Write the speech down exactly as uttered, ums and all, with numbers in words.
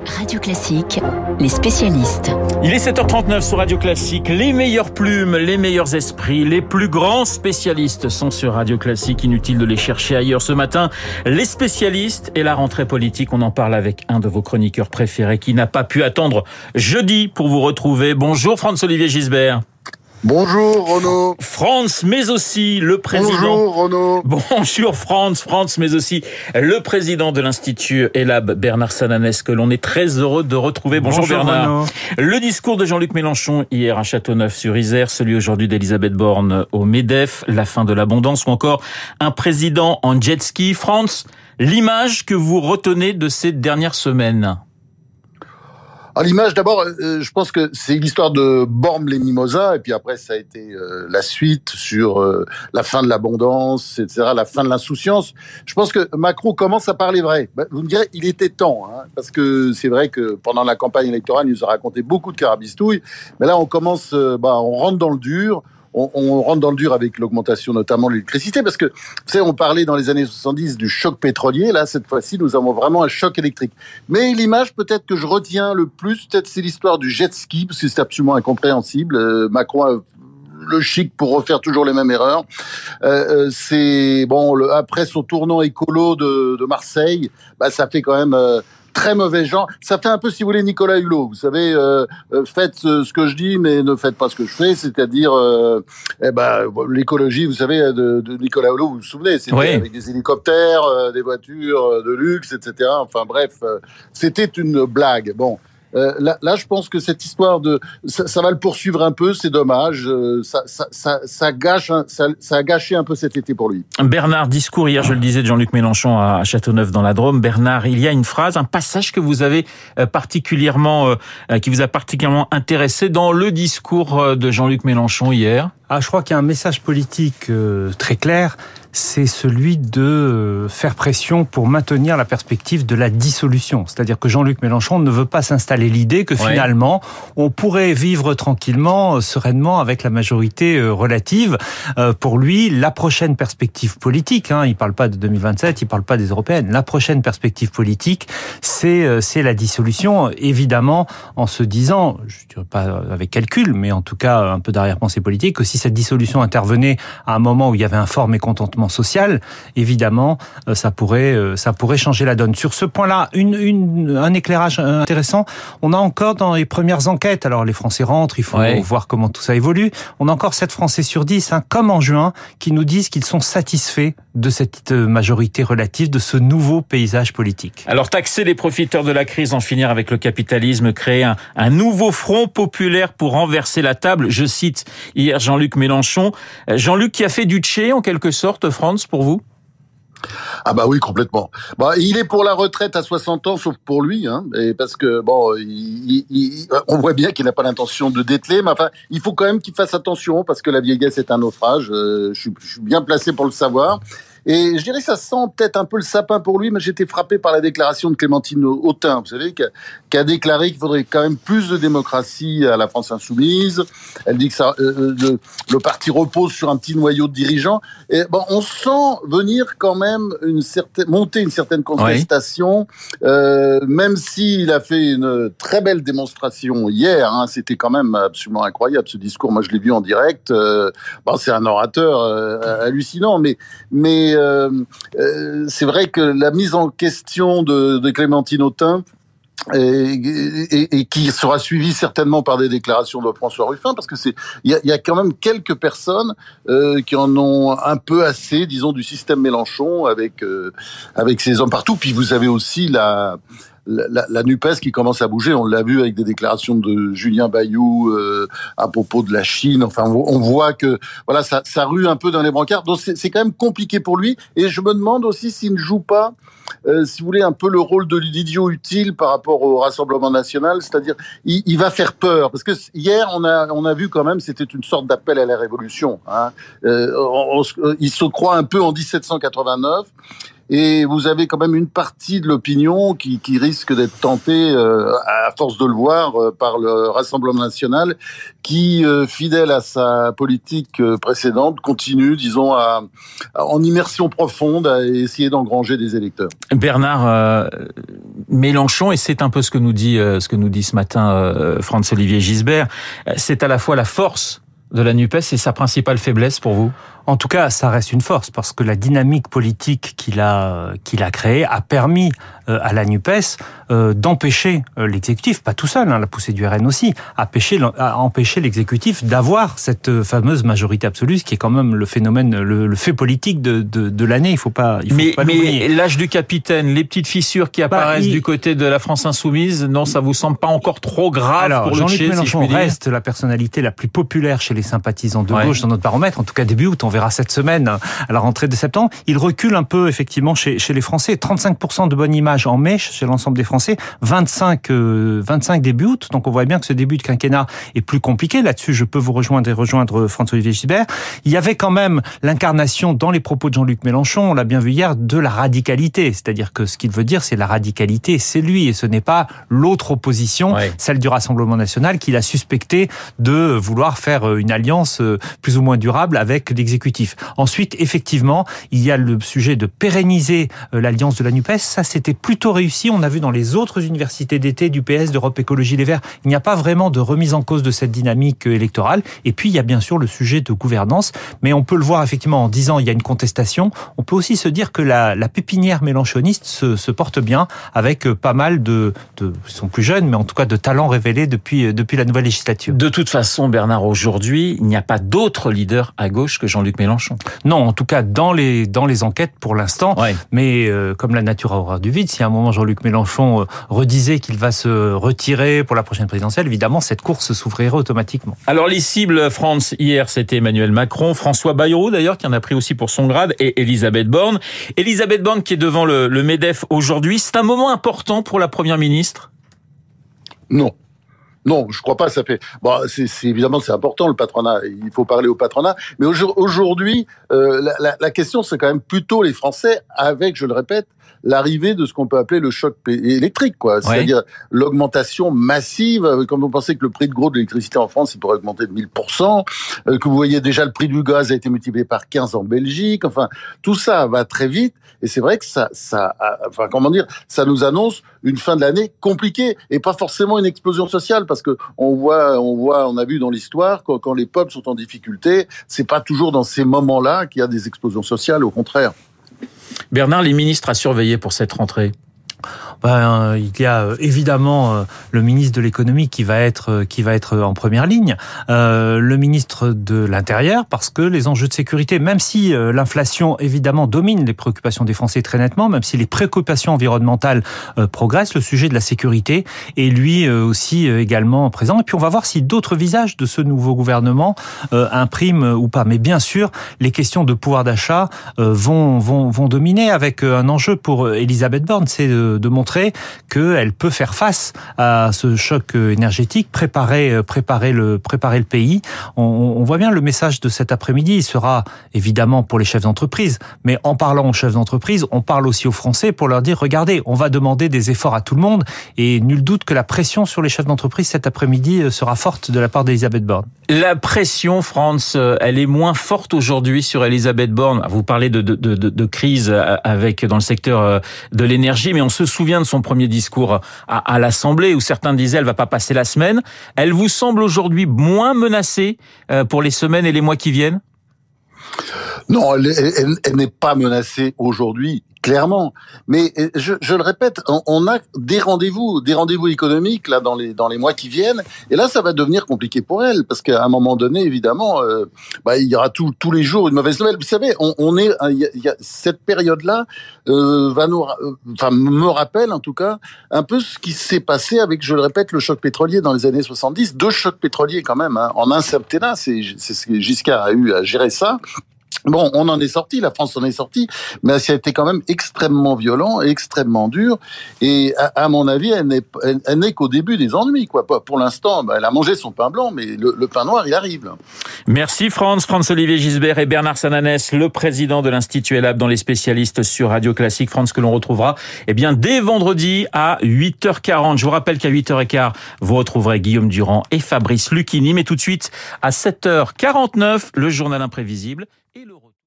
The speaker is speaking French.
Radio Classique, les spécialistes. Il est sept heures trente-neuf sur Radio Classique. Les meilleures plumes, les meilleurs esprits, les plus grands spécialistes sont sur Radio Classique. Inutile de les chercher ailleurs ce matin. Les spécialistes et la rentrée politique. On en parle avec un de vos chroniqueurs préférés qui n'a pas pu attendre jeudi pour vous retrouver. Bonjour Franz-Olivier Gisbert. Bonjour Renaud. France, mais aussi le président. Bonjour Renaud. Bonjour France, France, mais aussi le président de l'Institut ELAB, Bernard Sananès, que l'on est très heureux de retrouver. Bonjour, Bonjour Bernard. Renaud. Le discours de Jean-Luc Mélenchon hier à Châteauneuf-sur-Isère, celui aujourd'hui d'Elisabeth Borne au MEDEF, la fin de l'abondance ou encore un président en jet ski. France, l'image que vous retenez de ces dernières semaines? À l'image, d'abord, euh, je pense que c'est l'histoire de Borne les Mimosas, et puis après, ça a été euh, la suite sur euh, la fin de l'abondance, et cetera, la fin de l'insouciance. Je pense que Macron commence à parler vrai. Bah, vous me direz, il était temps, hein, parce que c'est vrai que pendant la campagne électorale, il nous a raconté beaucoup de carabistouilles, mais là, on commence, euh, bah, on rentre dans le dur. On, on rentre dans le dur avec l'augmentation notamment de l'électricité, parce que, vous savez, on parlait dans les années soixante-dix du choc pétrolier. Là, cette fois-ci, nous avons vraiment un choc électrique. Mais l'image, peut-être, que je retiens le plus, peut-être, c'est l'histoire du jet ski, parce que c'est absolument incompréhensible. Euh, Macron a le chic pour refaire toujours les mêmes erreurs. Euh, c'est, bon, le, après son tournant écolo de, de Marseille, bah, ça fait quand même... Euh, très mauvais genre. Ça fait un peu, si vous voulez, Nicolas Hulot. Vous savez, euh, euh, faites ce que je dis, mais ne faites pas ce que je fais. C'est-à-dire, euh, eh ben, l'écologie, vous savez, de, de Nicolas Hulot, vous vous souvenez, c'était oui. Avec des hélicoptères, euh, des voitures de luxe, et cetera. Enfin bref, euh, c'était une blague. Bon. Euh, là, là, je pense que cette histoire de, ça, ça va le poursuivre un peu, c'est dommage. Euh, ça, ça, ça, ça gâche, un, ça, ça a gâché un peu cet été pour lui. Bernard, discours hier, je le disais, de Jean-Luc Mélenchon à Châteauneuf dans la Drôme. Bernard, il y a une phrase, un passage que vous avez particulièrement, euh, qui vous a particulièrement intéressé dans le discours de Jean-Luc Mélenchon hier. Ah, je crois qu'il y a un message politique euh, très clair. C'est celui de faire pression pour maintenir la perspective de la dissolution. C'est-à-dire que Jean-Luc Mélenchon ne veut pas s'installer l'idée que finalement, ouais. on pourrait vivre tranquillement, sereinement avec la majorité relative. Pour lui, la prochaine perspective politique, hein, il parle pas de deux mille vingt-sept, il parle pas des européennes, la prochaine perspective politique, c'est, c'est la dissolution. Évidemment, en se disant, je dirais pas avec calcul, mais en tout cas un peu d'arrière-pensée politique, que si cette dissolution intervenait à un moment où il y avait un fort mécontentement social, évidemment, ça pourrait, ça pourrait changer la donne. Sur ce point-là, une, une, un éclairage intéressant. On a encore dans les premières enquêtes, alors les Français rentrent, il faut ouais. voir comment tout ça évolue. On a encore sept Français sur dix, hein, comme en juin, qui nous disent qu'ils sont satisfaits de cette majorité relative, de ce nouveau paysage politique. Alors, taxer les profiteurs de la crise, en finir avec le capitalisme, créer un, un nouveau front populaire pour renverser la table. Je cite hier Jean-Luc Mélenchon. Jean-Luc qui a fait du tché, en quelque sorte, France, pour vous? Ah bah oui, complètement. Bah, il est pour la retraite à soixante ans, sauf pour lui, hein, et parce que bon, il, il, on voit bien qu'il n'a pas l'intention de dételer, mais enfin, il faut quand même qu'il fasse attention parce que la vieillesse est un naufrage. Euh, je, suis, je suis bien placé pour le savoir. Et je dirais que ça sent peut-être un peu le sapin pour lui, mais j'étais frappé par la déclaration de Clémentine Autain, vous savez, qui a, qui a déclaré qu'il faudrait quand même plus de démocratie à la France insoumise. Elle dit que ça, euh, le, le parti repose sur un petit noyau de dirigeants. Et bon, on sent venir quand même une certaine, monter une certaine contestation, oui. euh, même s'il a fait une très belle démonstration hier. Hein, c'était quand même absolument incroyable ce discours. Moi, je l'ai vu en direct. Euh, bon, c'est un orateur euh, hallucinant, mais mais Euh, euh, c'est vrai que la mise en question de, de Clémentine Autain et, et, et qui sera suivie certainement par des déclarations de François Ruffin, parce que c'est il y a, y a quand même quelques personnes euh, qui en ont un peu assez, disons, du système Mélenchon avec euh, avec ses hommes partout. Puis vous avez aussi la La, la, la NUPES qui commence à bouger, on l'a vu avec des déclarations de Julien Bayou euh, à propos de la Chine. Enfin, on, on voit que voilà, ça, ça rue un peu dans les brancards. Donc c'est, c'est quand même compliqué pour lui. Et je me demande aussi s'il ne joue pas, euh, si vous voulez, un peu le rôle de l'idiot utile par rapport au Rassemblement national. C'est-à-dire, il, il va faire peur. Parce que hier, on a, on a vu quand même, c'était une sorte d'appel à la révolution. Hein. Euh, on, on, il se croit un peu en dix-sept cent quatre-vingt-neuf. Et vous avez quand même une partie de l'opinion qui, qui risque d'être tentée, euh, à force de le voir, euh, par le Rassemblement national, qui, euh, fidèle à sa politique euh, précédente, continue, disons, à, à, en immersion profonde, à essayer d'engranger des électeurs. Bernard euh, Mélenchon, et c'est un peu ce que nous dit, euh, ce que nous dit ce matin euh, Franz-Olivier Gisbert, c'est à la fois la force de la NUPES et sa principale faiblesse pour vous ? En tout cas, ça reste une force parce que la dynamique politique qu'il a qu'il a créée a permis euh, à la NUPES euh, d'empêcher euh, l'exécutif, pas tout seul, hein, la poussée du R N aussi, à empêcher, à empêcher l'exécutif d'avoir cette fameuse majorité absolue, ce qui est quand même le phénomène, le, le fait politique de, de, de l'année. Il faut pas, il faut mais, pas l'oublier. Mais l'âge du capitaine, les petites fissures qui apparaissent bah, il... du côté de la France insoumise, non, ça vous semble pas encore trop grave Alors, pour Jean-Luc le Mélenchon si je puis dire reste la personnalité la plus populaire chez les sympathisants de ouais. gauche dans notre baromètre, en tout cas début août. On verra cette semaine à la rentrée de septembre. Il recule un peu effectivement chez, chez les Français. trente-cinq pour cent de bonne image en mai chez l'ensemble des Français. vingt-cinq, euh, vingt-cinq début août. Donc on voit bien que ce début de quinquennat est plus compliqué. Là-dessus, je peux vous rejoindre et rejoindre François-Olivier Gisbert. Il y avait quand même l'incarnation dans les propos de Jean-Luc Mélenchon, on l'a bien vu hier, de la radicalité. C'est-à-dire que ce qu'il veut dire, c'est la radicalité, c'est lui et ce n'est pas l'autre opposition, ouais. celle du Rassemblement national qu'il a suspecté de vouloir faire une alliance plus ou moins durable avec l'exécutif. Ensuite, effectivement, il y a le sujet de pérenniser l'alliance de la NUPES. Ça, c'était plutôt réussi. On a vu dans les autres universités d'été du P S, d'Europe Écologie Les Verts, il n'y a pas vraiment de remise en cause de cette dynamique électorale. Et puis, il y a bien sûr le sujet de gouvernance. Mais on peut le voir effectivement en disant il y a une contestation. On peut aussi se dire que la, la pépinière mélenchoniste se, se porte bien avec pas mal de, de, ils sont plus jeunes, mais en tout cas de talents révélés depuis, depuis la nouvelle législature. De toute façon, Bernard, aujourd'hui, il n'y a pas d'autre leader à gauche que Jean-Luc Mélenchon. Non, en tout cas dans les dans les enquêtes pour l'instant. Ouais. Mais euh, comme la nature a horreur du vide, si à un moment Jean-Luc Mélenchon euh, redisait qu'il va se retirer pour la prochaine présidentielle, évidemment cette course s'ouvrirait automatiquement. Alors les cibles, France, hier c'était Emmanuel Macron, François Bayrou d'ailleurs qui en a pris aussi pour son grade, et Elisabeth Borne. Elisabeth Borne qui est devant le, le MEDEF aujourd'hui. C'est un moment important pour la Première ministre ? Non. Non, je crois pas. Ça fait. Bon, c'est, c'est évidemment c'est important le patronat. Il faut parler au patronat. Mais aujourd'hui, euh, la, la, la question c'est quand même plutôt les Français avec, je le répète, l'arrivée de ce qu'on peut appeler le choc électrique, quoi. C'est-à-dire ouais. l'augmentation massive. Quand vous pensez que le prix de gros de l'électricité en France, il pourrait augmenter de mille pour cent, euh, que vous voyez déjà le prix du gaz a été multiplié par quinze en Belgique. Enfin, tout ça va très vite. Et c'est vrai que ça, ça, enfin, comment dire, ça nous annonce une fin de l'année compliquée et pas forcément une explosion sociale, parce que on voit, on voit, on a vu dans l'histoire quand, quand les peuples sont en difficulté, c'est pas toujours dans ces moments-là qu'il y a des explosions sociales, au contraire. Bernard, les ministres à surveiller pour cette rentrée? Ben, il y a évidemment le ministre de l'économie qui va être qui va être en première ligne, euh, le ministre de l'Intérieur, parce que les enjeux de sécurité, même si l'inflation évidemment domine les préoccupations des Français très nettement, même si les préoccupations environnementales euh, progressent, le sujet de la sécurité est lui euh, aussi euh, également présent. Et puis on va voir si d'autres visages de ce nouveau gouvernement euh, impriment ou pas. Mais bien sûr, les questions de pouvoir d'achat euh, vont vont vont dominer, avec un enjeu pour Elisabeth Borne, c'est de, de montrer qu'elle peut faire face à ce choc énergétique, préparer, préparer, le, préparer le pays. On, on voit bien le message de cet après-midi. Il sera évidemment pour les chefs d'entreprise, mais en parlant aux chefs d'entreprise, on parle aussi aux Français pour leur dire, regardez, on va demander des efforts à tout le monde, et nul doute que la pression sur les chefs d'entreprise cet après-midi sera forte de la part d'Elisabeth Borne. La pression, Franz, elle est moins forte aujourd'hui sur Elisabeth Borne. Vous parlez de, de, de, de crise avec, dans le secteur de l'énergie, mais on se souvient de son premier discours à, à l'Assemblée où certains disaient elle va pas passer la semaine. Elle vous semble aujourd'hui moins menacée pour les semaines et les mois qui viennent ? Non, elle, elle, elle n'est pas menacée aujourd'hui, clairement. Mais je, je le répète, on, on a des rendez-vous, des rendez-vous économiques là dans les dans les mois qui viennent. Et là, ça va devenir compliqué pour elle, parce qu'à un moment donné, évidemment, euh, bah, il y aura tout, tous les jours une mauvaise nouvelle. Vous savez, on, on est, il y a, il y a, cette période-là euh, va nous, enfin me rappelle en tout cas un peu ce qui s'est passé avec, je le répète, le choc pétrolier dans les années soixante-dix. Deux chocs pétroliers quand même, hein, en un septennat. C'est c'est ce que Giscard a eu à gérer ça. Bon, on en est sorti, la France en est sortie, mais ça a été quand même extrêmement violent et extrêmement dur. Et à, à mon avis, elle n'est, elle, elle n'est qu'au début des ennuis, quoi. Pour l'instant, bah, elle a mangé son pain blanc, mais le, le pain noir, il arrive. Là. Merci Franz, Franz-Olivier Gisbert et Bernard Sananès, le président de l'Institut ELAB dans les spécialistes sur Radio Classique. Franz que l'on retrouvera eh bien dès vendredi à huit heures quarante. Je vous rappelle qu'à huit heures quinze, vous retrouverez Guillaume Durand et Fabrice Lucchini. Mais tout de suite, à sept heures quarante-neuf, le journal imprévisible et le